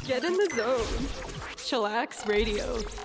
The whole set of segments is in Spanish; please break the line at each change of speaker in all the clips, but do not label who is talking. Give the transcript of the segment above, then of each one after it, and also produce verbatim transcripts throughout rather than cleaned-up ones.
Get in the zone. Chillax Radio.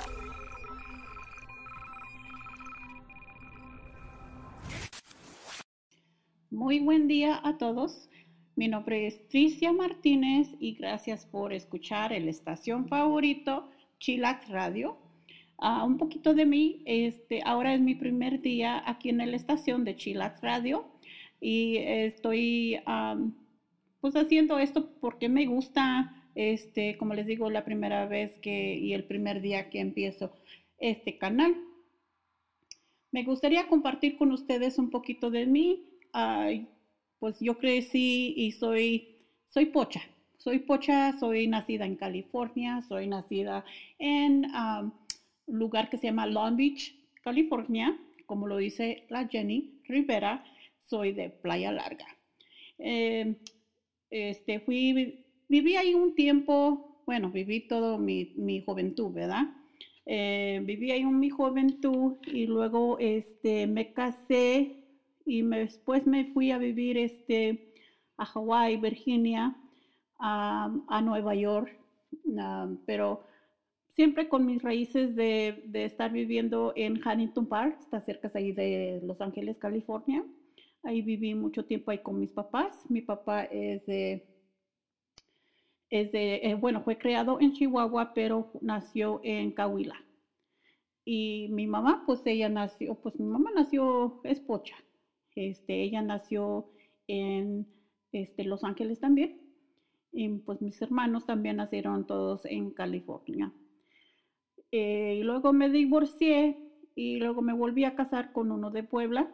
Muy buen día a todos. Mi nombre es Tricia Martínez y gracias por escuchar el estación favorito Chillax Radio. Uh, un poquito de mí, este, ahora es mi primer día aquí en la estación de Chillax Radio y estoy um, pues haciendo esto porque me gusta, este, como les digo, la primera vez que y el primer día que empiezo este canal. Me gustaría compartir con ustedes un poquito de mí. Uh, pues yo crecí y soy, soy pocha. Soy pocha, soy nacida en California, soy nacida en um, un lugar que se llama Long Beach, California. Como lo dice la Jenny Rivera, soy de Playa Larga. Eh, este, fui, viví ahí un tiempo, bueno, viví toda mi, mi juventud, ¿verdad? Eh, viví ahí en mi juventud y luego este, me casé y me, después me fui a vivir este, a Hawái, Virginia, a, a Nueva York, uh, pero siempre con mis raíces de, de estar viviendo en Huntington Park, está cerca ahí de Los Ángeles, California. Ahí viví mucho tiempo ahí con mis papás. Mi papá es de, es de eh, bueno, fue creado en Chihuahua, pero nació en Coahuila. Y mi mamá, pues ella nació, pues mi mamá nació, es pocha. Este, ella nació en este, Los Ángeles también. Y pues mis hermanos también nacieron todos en California. Eh, y luego me divorcié y luego me volví a casar con uno de Puebla.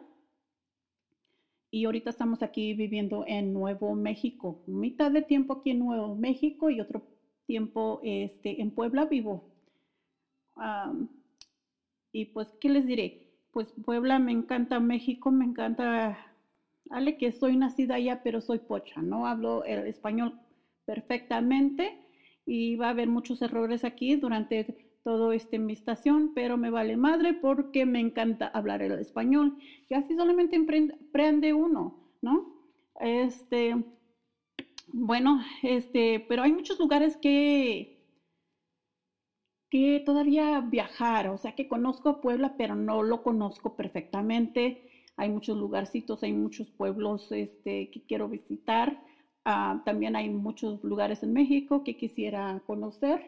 Y ahorita estamos aquí viviendo en Nuevo México. Mitad de tiempo aquí en Nuevo México y otro tiempo este, en Puebla vivo. Um, y pues, ¿qué les diré? Pues Puebla me encanta, México me encanta. Ale que soy nacida allá, pero soy pocha. No hablo el español perfectamente y va a haber muchos errores aquí durante todo este mi estación, pero me vale madre porque me encanta hablar el español y así solamente aprende uno, ¿no? Este, bueno, este, pero hay muchos lugares que que todavía viajar, o sea que conozco Puebla, pero no lo conozco perfectamente. Hay muchos lugarcitos, hay muchos pueblos este, que quiero visitar. Uh, también hay muchos lugares en México que quisiera conocer.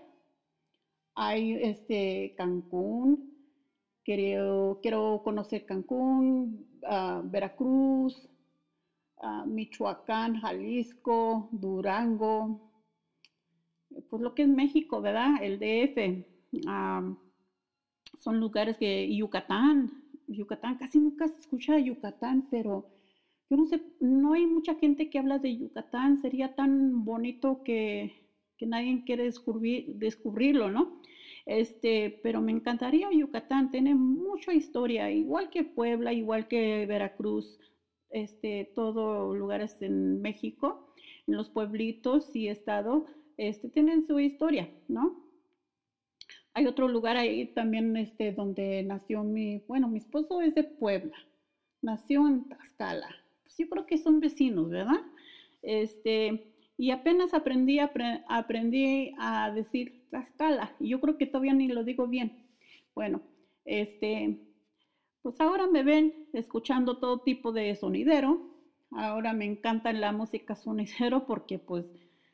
Hay este, Cancún, quiero, quiero conocer Cancún, uh, Veracruz, uh, Michoacán, Jalisco, Durango, pues lo que es México, ¿verdad? El D F. Um, son lugares que Yucatán, Yucatán, casi nunca se escucha de Yucatán, pero yo no sé, no hay mucha gente que habla de Yucatán, sería tan bonito que, que nadie quiere descubrir, descubrirlo, ¿no? Este, pero me encantaría Yucatán, tiene mucha historia, igual que Puebla, igual que Veracruz, este, todos lugares en México, en los pueblitos y estado, este, tienen su historia, ¿no? Hay otro lugar ahí también este, donde nació mi, bueno, mi esposo es de Puebla, nació en Tlaxcala. Pues yo creo que son vecinos, ¿verdad? Este, y apenas aprendí, apre, aprendí a decir Tlaxcala, y yo creo que todavía ni lo digo bien. Bueno, este, pues ahora me ven escuchando todo tipo de sonidero. Ahora me encanta la música sonidero porque pues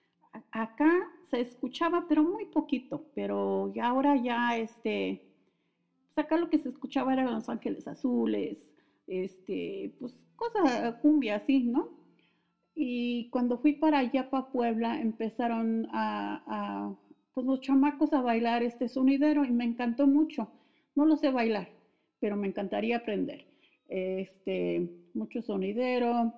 acá se escuchaba, pero muy poquito, pero ya ahora ya, este, pues acá lo que se escuchaba eran Los Ángeles Azules, este, pues cosas, cumbia así, ¿no? Y cuando fui para allá, para Puebla, empezaron a, a, pues los chamacos a bailar este sonidero y me encantó mucho. No lo sé bailar, pero me encantaría aprender. Este, mucho sonidero,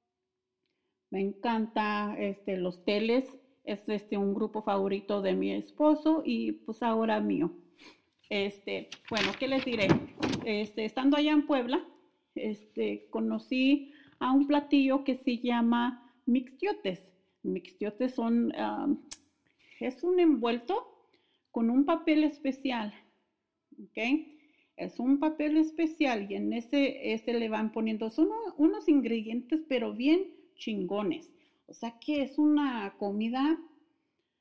me encanta, este, los teles. Es este, un grupo favorito de mi esposo y pues ahora mío. Este, bueno, ¿qué les diré? Este, estando allá en Puebla, este, conocí a un platillo que se llama mixtiotes. Mixtiotes son, um, es un envuelto con un papel especial, ¿ok? Es un papel especial y en ese, ese le van poniendo, son unos ingredientes pero bien chingones. O sea que es una comida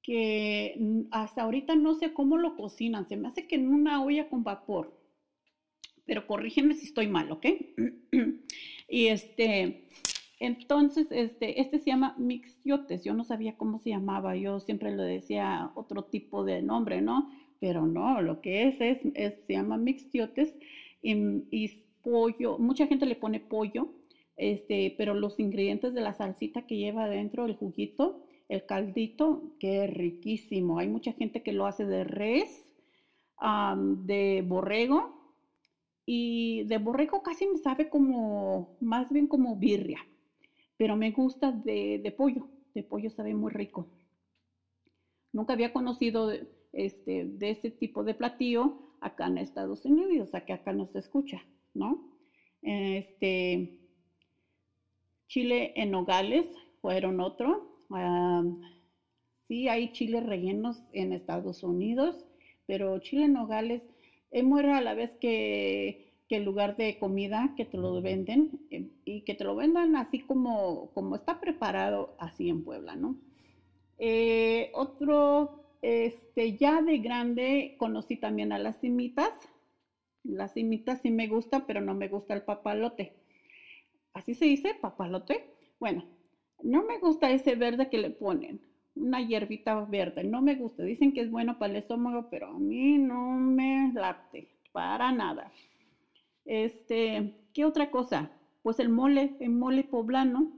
que mm, hasta ahorita no sé cómo lo cocinan. Se me hace que en una olla con vapor. Pero corrígeme si estoy mal, ¿ok? Y este, entonces, este, este se llama mixiotes. Yo no sabía cómo se llamaba. Yo siempre le decía otro tipo de nombre, ¿no? Pero no, lo que es, es, es se llama mixiotes y, y pollo. Mucha gente le pone pollo, este, pero los ingredientes de la salsita que lleva adentro, el juguito, el caldito, que riquísimo. Hay mucha gente que lo hace de res, um, de borrego, y de borrego casi me sabe como, más bien como birria, pero me gusta de, de pollo. De pollo sabe muy rico. Nunca había conocido este, de ese tipo de platillo acá en Estados Unidos, o sea que acá no se escucha, ¿no? Este, chile en nogales fueron otro. Um, sí, hay chiles rellenos en Estados Unidos, pero chile en nogales es muy rara la vez que, que el lugar de comida que te lo venden eh, y que te lo vendan así como, como está preparado así en Puebla, ¿no? Eh, otro, este, ya de grande conocí también a las simitas. Las simitas sí me gusta, pero no me gusta el papalote. ¿Así se dice? ¿Papalote? Bueno, no me gusta ese verde que le ponen. Una hierbita verde. No me gusta. Dicen que es bueno para el estómago, pero a mí no me late. Para nada. Este, ¿qué otra cosa? Pues el mole, el mole poblano.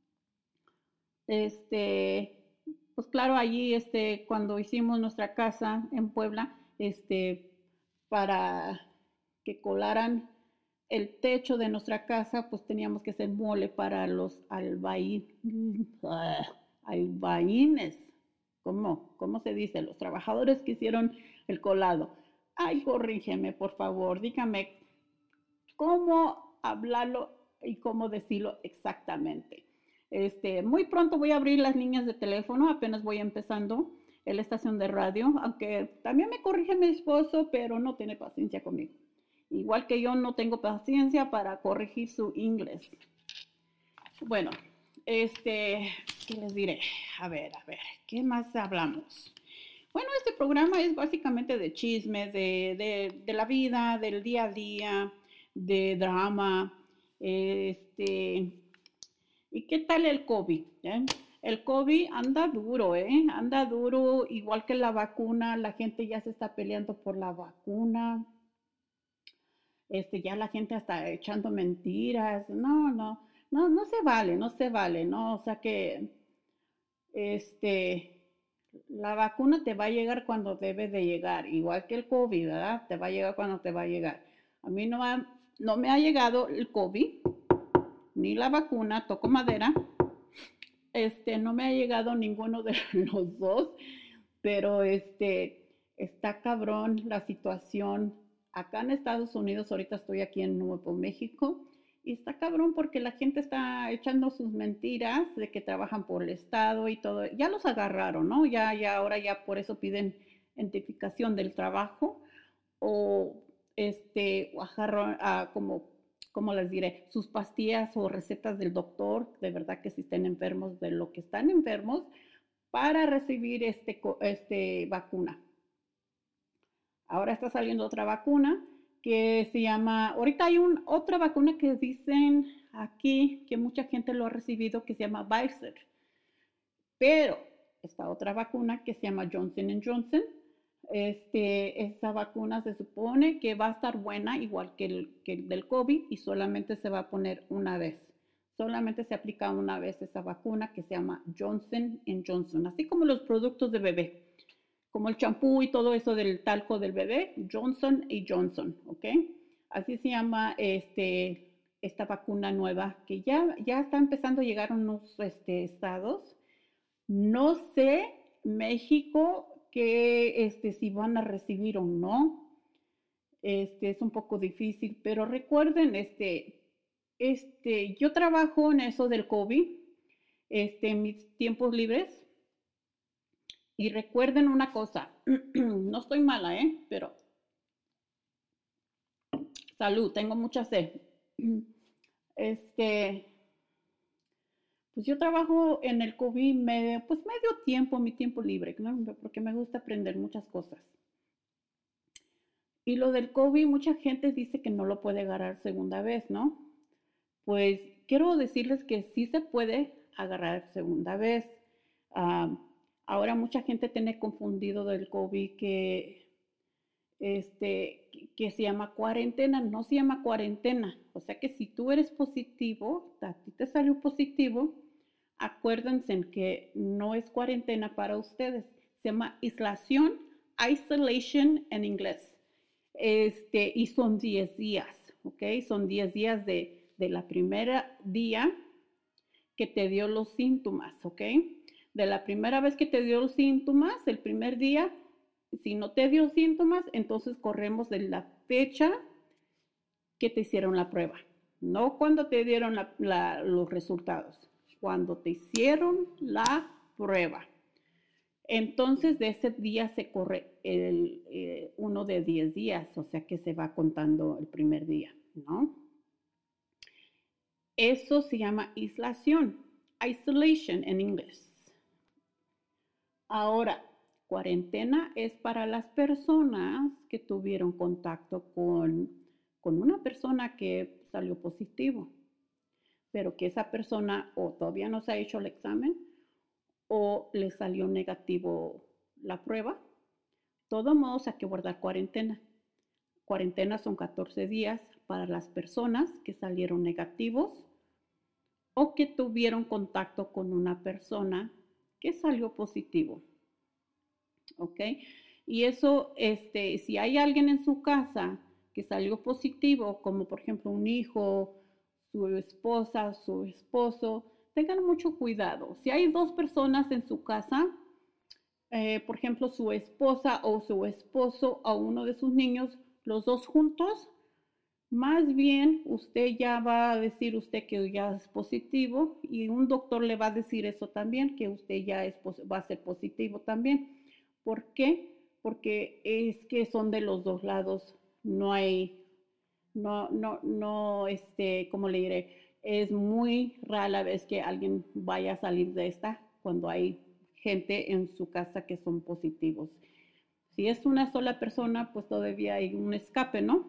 Este, pues claro, allí, este, cuando hicimos nuestra casa en Puebla, este, para que colaran el techo de nuestra casa, pues teníamos que hacer mole para los albaí, ah, albaínes. ¿Cómo? ¿Cómo se dice? Los trabajadores que hicieron el colado. Ay, corrígeme, por favor, dígame cómo hablarlo y cómo decirlo exactamente. Este, muy pronto voy a abrir las líneas de teléfono, apenas voy empezando en la estación de radio, aunque también me corrige mi esposo, pero no tiene paciencia conmigo. Igual que yo no tengo paciencia para corregir su inglés. Bueno, este, ¿qué les diré? A ver, a ver, ¿qué más hablamos? Bueno, este programa es básicamente de chisme, de, de, de la vida, del día a día, de drama. Este, ¿y qué tal el COVID? ¿Eh? El COVID anda duro, ¿eh? Anda duro, igual que la vacuna, la gente ya se está peleando por la vacuna. Este, ya la gente está echando mentiras. No, no, no, no se vale, no se vale, ¿no? O sea que, este, la vacuna te va a llegar cuando debe de llegar, igual que el COVID, ¿verdad? Te va a llegar cuando te va a llegar. A mí no, ha, no me ha llegado el COVID, ni la vacuna, toco madera. Este, no me ha llegado ninguno de los dos, pero este, está cabrón la situación. Acá en Estados Unidos, ahorita estoy aquí en Nuevo México, y está cabrón porque la gente está echando sus mentiras de que trabajan por el Estado y todo. Ya los agarraron, ¿no? Ya, ya, ahora ya por eso piden identificación del trabajo o este, o agarran a como, como les diré, sus pastillas o recetas del doctor, de verdad que si estén enfermos de lo que están enfermos, para recibir este, este vacuna. Ahora está saliendo otra vacuna que se llama, ahorita hay un, otra vacuna que dicen aquí que mucha gente lo ha recibido que se llama Pfizer, pero esta otra vacuna que se llama Johnson and Johnson, este, esa vacuna se supone que va a estar buena igual que el, que el del COVID y solamente se va a poner una vez. Solamente se aplica una vez esa vacuna que se llama Johnson and Johnson, así como los productos de bebé, como el champú y todo eso del talco del bebé, Johnson y Johnson, ¿ok? Así se llama este, esta vacuna nueva que ya, ya está empezando a llegar a unos este, estados. No sé, México, que este, si van a recibir o no. Este, es un poco difícil, pero recuerden, este, este, yo trabajo en eso del COVID, este, en mis tiempos libres. Y recuerden una cosa, no estoy mala, ¿eh? Pero salud, tengo mucha sed. Este, Pues yo trabajo en el COVID medio, pues medio tiempo, mi tiempo libre, ¿no? Porque me gusta aprender muchas cosas. Y lo del COVID, mucha gente dice que no lo puede agarrar segunda vez, ¿no? Pues quiero decirles que sí se puede agarrar segunda vez. Ah, ahora mucha gente tiene confundido del COVID que, este, que se llama cuarentena. No se llama cuarentena. O sea que si tú eres positivo, a ti te salió positivo, acuérdense que no es cuarentena para ustedes. Se llama aislación, isolation en inglés. Este, y son diez días, ¿ok? Son diez días de, de la primera día que te dio los síntomas, ¿ok? De la primera vez que te dio los síntomas, el primer día, si no te dio síntomas, entonces corremos de la fecha que te hicieron la prueba, no cuando te dieron la, la, los resultados, cuando te hicieron la prueba. Entonces, de ese día se corre el, eh, uno de diez días, o sea que se va contando el primer día, ¿no? Eso se llama aislación, isolation en inglés. Ahora, cuarentena es para las personas que tuvieron contacto con, con una persona que salió positivo, pero que esa persona o todavía no se ha hecho el examen o le salió negativo la prueba. De todos modos hay que guardar cuarentena. Cuarentena son catorce días para las personas que salieron negativos o que tuvieron contacto con una persona que salió positivo. ¿Ok? Y eso, este, si hay alguien en su casa que salió positivo, como por ejemplo un hijo, su esposa, su esposo, tengan mucho cuidado. Si hay dos personas en su casa, eh, por ejemplo, su esposa o su esposo o uno de sus niños, los dos juntos, más bien usted ya va a decir usted que ya es positivo y un doctor le va a decir eso también, que usted ya es, va a ser positivo también. ¿Por qué? Porque es que son de los dos lados, no hay, no, no, no, este, ¿cómo le diré? Es muy rara la vez que alguien vaya a salir de esta cuando hay gente en su casa que son positivos. Si es una sola persona, pues todavía hay un escape, ¿no?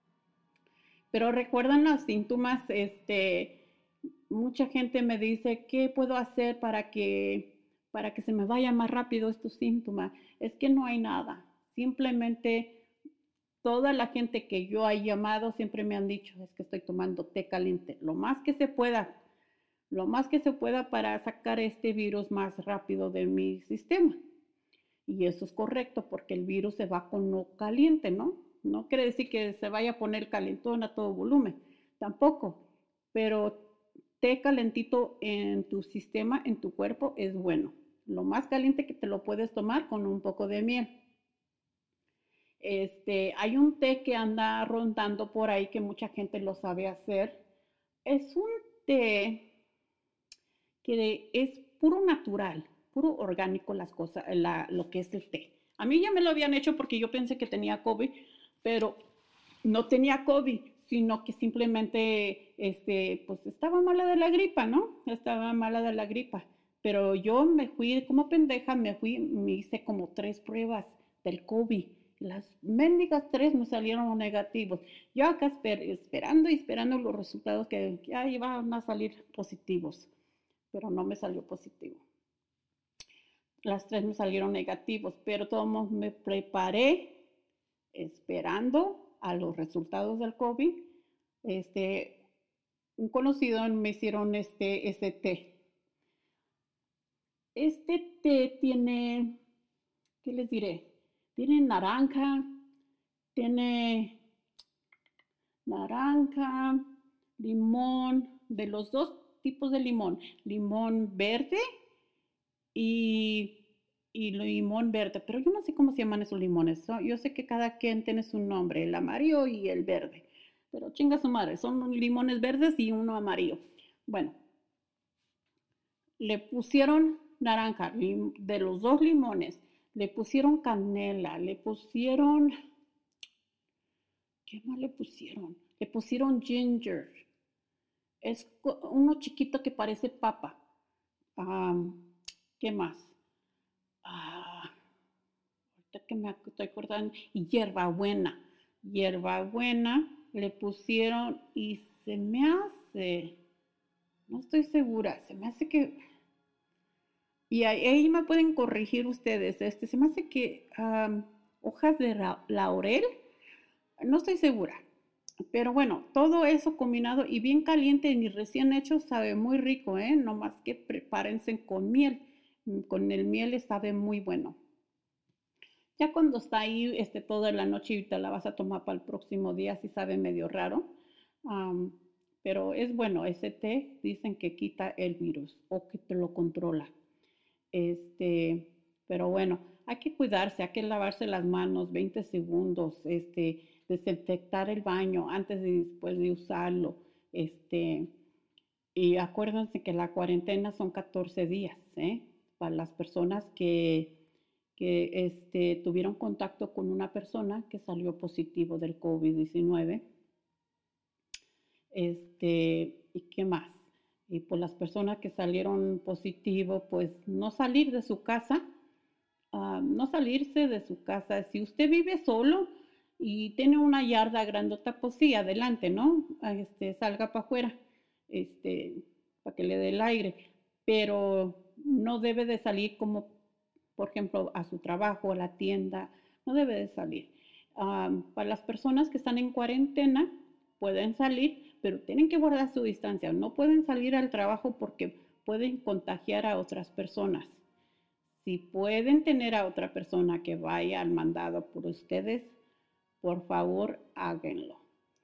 Pero recuerdan los síntomas, este, mucha gente me dice, ¿qué puedo hacer para que, para que se me vaya más rápido estos síntomas? Es que no hay nada, simplemente toda la gente que yo he llamado siempre me han dicho, es que estoy tomando té caliente, lo más que se pueda, lo más que se pueda para sacar este virus más rápido de mi sistema. Y eso es correcto porque el virus se va con lo caliente, ¿no? No quiere decir que se vaya a poner calentón a todo volumen, tampoco. Pero té calentito en tu sistema, en tu cuerpo, es bueno. Lo más caliente que te lo puedes tomar con un poco de miel. Este, hay un té que anda rondando por ahí que mucha gente lo sabe hacer. Es un té que es puro natural, puro orgánico las cosas, la, lo que es el té. A mí ya me lo habían hecho porque yo pensé que tenía COVID, pero no tenía COVID, sino que simplemente este, pues estaba mala de la gripa, ¿no? Estaba mala de la gripa. Pero yo me fui como pendeja, me fui, me hice como tres pruebas del COVID. Las mendigas tres me salieron negativos. Yo acá esper, esperando y esperando los resultados que ya iban a salir positivos, pero no me salió positivo. Las tres me salieron negativos, pero todos me preparé esperando a los resultados del COVID. Este, un conocido me hicieron este, este té. Este té tiene, ¿qué les diré? Tiene naranja, tiene naranja, limón, de los dos tipos de limón, limón verde y, y limón verde, pero yo no sé cómo se llaman esos limones. Yo sé que cada quien tiene su nombre, el amarillo y el verde, pero chinga su madre, son limones verdes y uno amarillo. Bueno, le pusieron naranja, de los dos limones, le pusieron canela, le pusieron, ¿qué más le pusieron? Le pusieron ginger. Es uno chiquito que parece papa. Am, ¿qué más? Ah, ahorita que me estoy acordando, y hierbabuena. Hierbabuena le pusieron y se me hace, no estoy segura, se me hace que, y ahí, ahí me pueden corregir ustedes, este, se me hace que am, hojas de ra- laurel, no estoy segura, pero bueno, todo eso combinado y bien caliente y recién hecho sabe muy rico, ¿eh? No más que prepárense con miel, mm, con el miel sabe muy bueno. Ya cuando está ahí este, toda la noche y te la vas a tomar para el próximo día, sí sabe medio raro. Am, pero es bueno, ese té dicen que quita el virus o que te lo controla. Este, pero bueno, hay que cuidarse, hay que lavarse las manos veinte segundos, este, desinfectar el baño antes y después de usarlo. Este, y acuérdense que la cuarentena son catorce días, ¿eh? Para las personas que, que este, tuvieron contacto con una persona que salió positivo del COVID diecinueve. Este, ¿y qué más? Y por las personas que salieron positivo, pues no salir de su casa, uh, no salirse de su casa. Si usted vive solo y tiene una yarda grandota, pues sí, adelante, ¿no? Este, salga para afuera, este, para que le dé el aire. Pero no debe de salir como, por ejemplo, a su trabajo, a la tienda, no debe de salir. Um, para las personas que están en cuarentena, pueden salir, pero tienen que guardar su distancia. No pueden salir al trabajo porque pueden contagiar a otras personas. Si pueden tener a otra persona que vaya al mandado por ustedes, por favor, háganlo.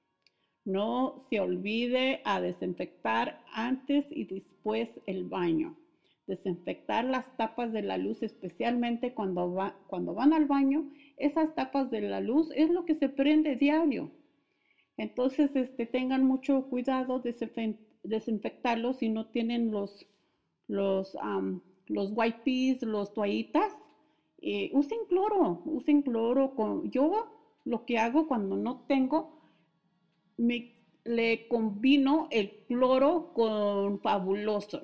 No se olvide a desinfectar antes y después el baño. Desinfectar las tapas de la luz, especialmente cuando, va, cuando van al baño. Esas tapas de la luz es lo que se prende diario. Entonces, este, tengan mucho cuidado de desinfectarlos si no tienen los, los, um, los wipes, los toallitas. Eh, usen cloro, usen cloro. Con, yo lo que hago cuando no tengo, me, le combino el cloro con Fabuloso.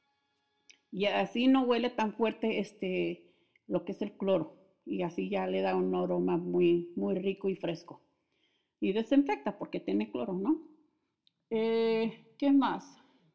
Y así no huele tan fuerte este, lo que es el cloro. Y así ya le da un aroma muy, muy rico y fresco. Y desinfecta porque tiene cloro, ¿no? Eh, ¿Qué más?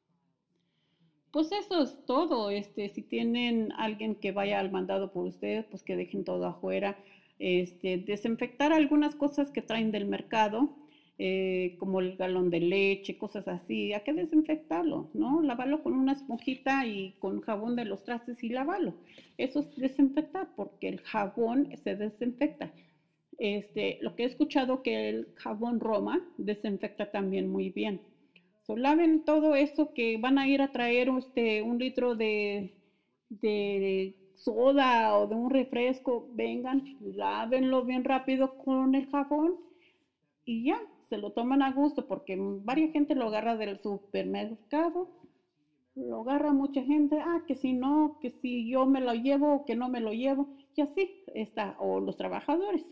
Pues eso es todo. Este, si tienen alguien que vaya al mandado por ustedes, pues que dejen todo afuera. Este, desinfectar algunas cosas que traen del mercado, eh, como el galón de leche, cosas así. Hay que desinfectarlo, ¿no? Lavarlo con una esponjita y con jabón de los trastes y lavarlo. Eso es desinfectar porque el jabón se desinfecta. Este, lo que he escuchado que el jabón Roma desinfecta también muy bien. So, laven todo eso que van a ir a traer este, un litro de, de soda o de un refresco, vengan, lávenlo bien rápido con el jabón y ya, se lo toman a gusto porque varias gente lo agarra del supermercado, lo agarra mucha gente, ah, que si no, que si yo me lo llevo o que no me lo llevo, y así está, o los trabajadores.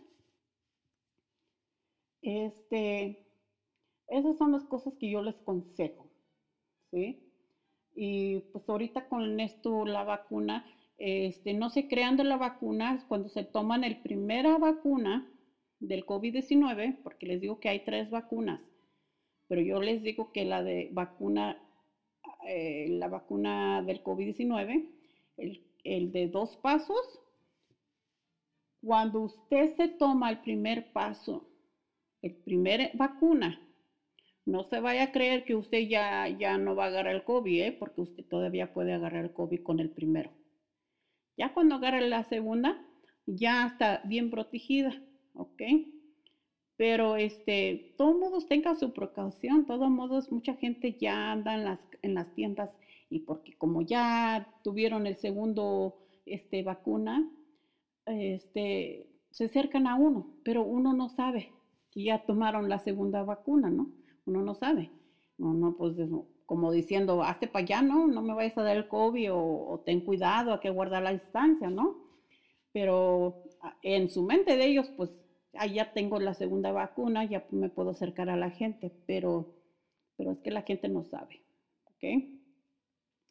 Este, esas son las cosas que yo les aconsejo, ¿sí? Y pues ahorita con esto, la vacuna, este, no se crean de la vacuna cuando se toman el primera vacuna del COVID diecinueve, porque les digo que hay tres vacunas, pero yo les digo que la de vacuna, eh, la vacuna del COVID diecinueve, el, el de dos pasos, cuando usted se toma el primer paso, el primer vacuna, no se vaya a creer que usted ya, ya no va a agarrar el COVID, ¿eh? Porque usted todavía puede agarrar el COVID con el primero. Ya cuando agarre la segunda, ya está bien protegida, ¿ok? Pero, este, todos modos, tenga su precaución. Todos modos, mucha gente ya anda en las, en las tiendas y porque como ya tuvieron el segundo, este, vacuna, este, se acercan a uno, pero uno no sabe que ya tomaron la segunda vacuna, ¿no? Uno no sabe. No, no, pues como diciendo, hazte para allá, ¿no? No me vayas a dar el COVID o, o ten cuidado, hay que guardar la distancia, ¿no? Pero en su mente de ellos, pues, ah, ya tengo la segunda vacuna, ya me puedo acercar a la gente, pero, pero es que la gente no sabe, ¿ok?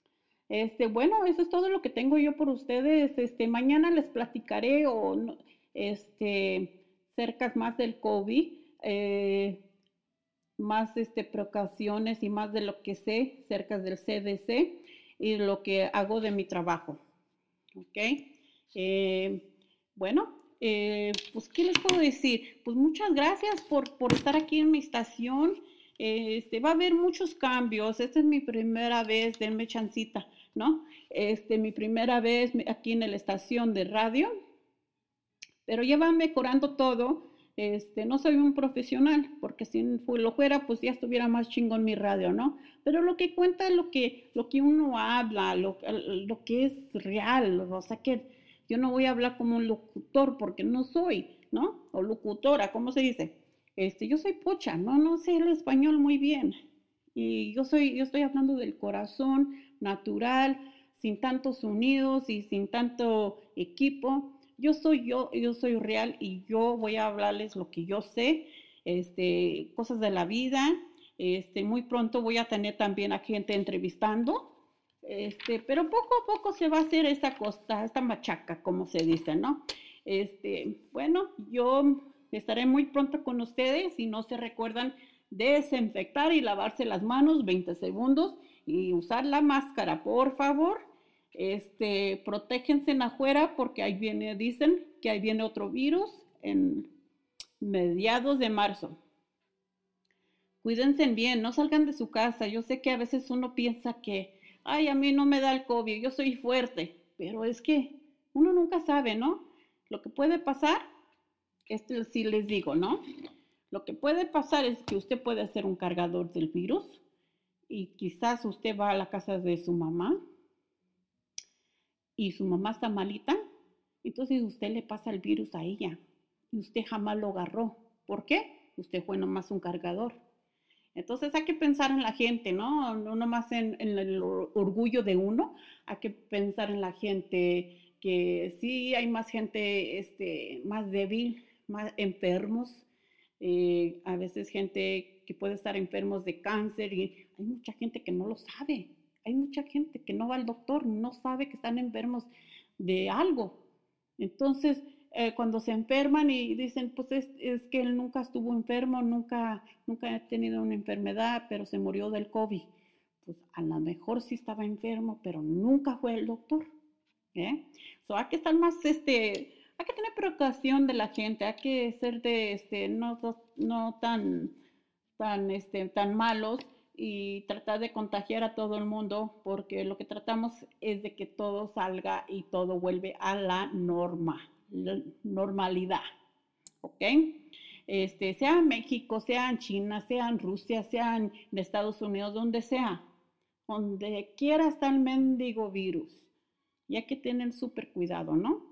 Este, bueno, eso es todo lo que tengo yo por ustedes. Este, mañana les platicaré o no, este, cerca más del COVID, eh, más este, precauciones y más de lo que sé cerca del C D C y lo que hago de mi trabajo. ¿Ok? Eh, bueno, eh, pues, ¿qué les puedo decir? Pues muchas gracias por, por estar aquí en mi estación. Este, va a haber muchos cambios. Esta es mi primera vez, denme chancita, ¿no? Este, mi primera vez aquí en la estación de radio, pero ya va mejorando todo. Este, no soy un profesional, porque si lo fuera, pues ya estuviera más chingón mi radio, ¿no? Pero lo que cuenta es lo que, lo que uno habla, lo, lo que es real, o sea que yo no voy a hablar como un locutor, porque no soy, ¿no? O locutora, ¿cómo se dice? Este, yo soy pocha, no, no sé el español muy bien. Y yo soy, yo estoy hablando del corazón natural, sin tantos sonidos y sin tanto equipo. Yo soy yo, yo soy real y yo voy a hablarles lo que yo sé, este, cosas de la vida. Este, muy pronto voy a tener también a gente entrevistando, este, pero poco a poco se va a hacer esta costa, esta machaca, como se dice, ¿no? Este, bueno, yo estaré muy pronto con ustedes y no se recuerdan desinfectar y lavarse las manos veinte segundos y usar la máscara, por favor. Este, protéjense en afuera porque ahí viene, dicen que ahí viene otro virus en mediados de marzo. Cuídense bien, no salgan de su casa. Yo sé que a veces uno piensa que, ay, a mí no me da el COVID, yo soy fuerte, pero es que uno nunca sabe, ¿no? Lo que puede pasar, esto sí les digo, ¿no? Lo que puede pasar es que usted puede ser un cargador del virus y quizás usted va a la casa de su mamá y su mamá está malita, entonces usted le pasa el virus a ella y usted jamás lo agarró. ¿Por qué? Usted fue nomás un cargador. Entonces hay que pensar en la gente, ¿no? No nomás en, en el orgullo de uno, hay que pensar en la gente, que sí hay más gente este, más débil, más enfermos, eh, a veces gente que puede estar enfermos de cáncer y hay mucha gente que no lo sabe. Hay mucha gente que no va al doctor, no sabe que están enfermos de algo. Entonces, eh, cuando se enferman y dicen, pues es, es, que él nunca estuvo enfermo, nunca, nunca ha tenido una enfermedad, pero se murió del COVID. Pues a lo mejor sí estaba enfermo, pero nunca fue el doctor. ¿Eh? So, hay que estar más, este, hay que tener precaución de la gente, hay que ser de, este, no, no tan, tan, este, tan malos y tratar de contagiar a todo el mundo, porque lo que tratamos es de que todo salga y todo vuelve a la norma, la normalidad, ¿ok? Este, sea en México, sea en China, sea en Rusia, sea en Estados Unidos, donde sea, donde quiera está el mendigo virus, y hay que tener súper cuidado, ¿no?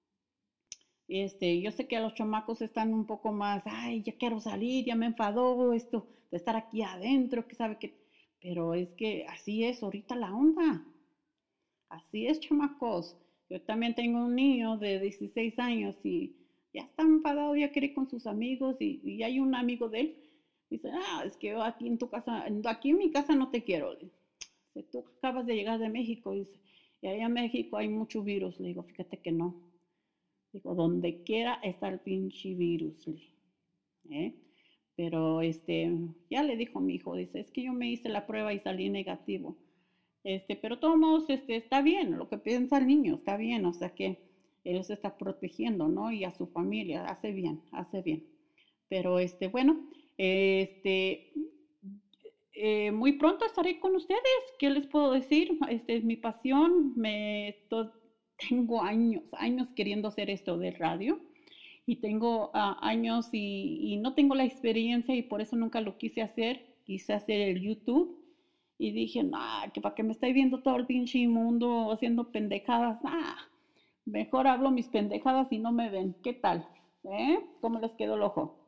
Este, yo sé que a los chamacos están un poco más, ay, ya quiero salir, ya me enfadó esto de estar aquí adentro, que sabe que, pero es que así es ahorita la onda, así es, chamacos. Yo también tengo un niño de dieciséis años y ya está enfadado, ya quiere ir con sus amigos y, y hay un amigo de él, dice, ah, es que yo aquí en tu casa, aquí en mi casa no te quiero. Dice, tú acabas de llegar de México, dice, y allá en México hay mucho virus. Le digo, fíjate que no. Digo, donde quiera está el pinche virus. ¿Eh? Pero este, ya le dijo mi hijo, dice, es que yo me hice la prueba y salí negativo. Este, pero todos modos, este, está bien, lo que piensa el niño, está bien, o sea que él se está protegiendo, ¿no? Y a su familia, hace bien, hace bien. Pero este, bueno, este, eh, muy pronto estaré con ustedes. ¿Qué les puedo decir? Este es mi pasión. Me, to, tengo años, años queriendo hacer esto de radio. Y tengo uh, años y, y no tengo la experiencia y por eso nunca lo quise hacer. Quise hacer el YouTube. Y dije, nah, que para que me esté viendo todo el pinche mundo haciendo pendejadas. Nah, mejor hablo mis pendejadas y no me ven. ¿Qué tal? ¿Eh? ¿Cómo les quedó el ojo?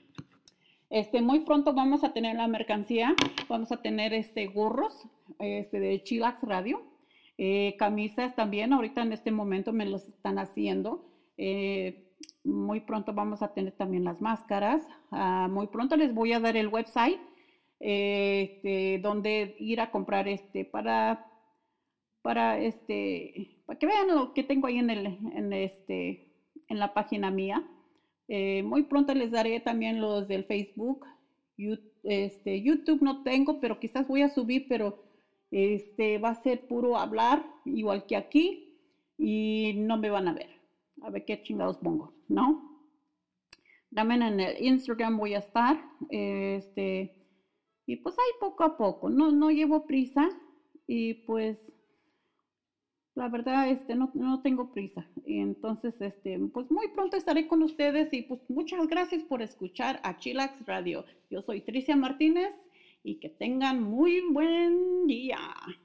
Este, muy pronto vamos a tener la mercancía, vamos a tener este, gorros este, de Chillax Radio, eh, camisas también, ahorita en este momento me los están haciendo, eh, muy pronto vamos a tener también las máscaras, uh, muy pronto les voy a dar el website, eh, este, donde ir a comprar este, para, para este, para que vean lo que tengo ahí en el, en este, en la página mía. Eh, muy pronto les daré también los del Facebook. YouTube, este, YouTube no tengo, pero quizás voy a subir, pero este va a ser puro hablar, igual que aquí, y no me van a ver. A ver qué chingados pongo, ¿no? También en el Instagram voy a estar, este, y pues ahí poco a poco, no, no llevo prisa, y pues la verdad, este, no, no tengo prisa. Y entonces, este, pues muy pronto estaré con ustedes y pues muchas gracias por escuchar a Chillax Radio. Yo soy Tricia Martínez y que tengan muy buen día.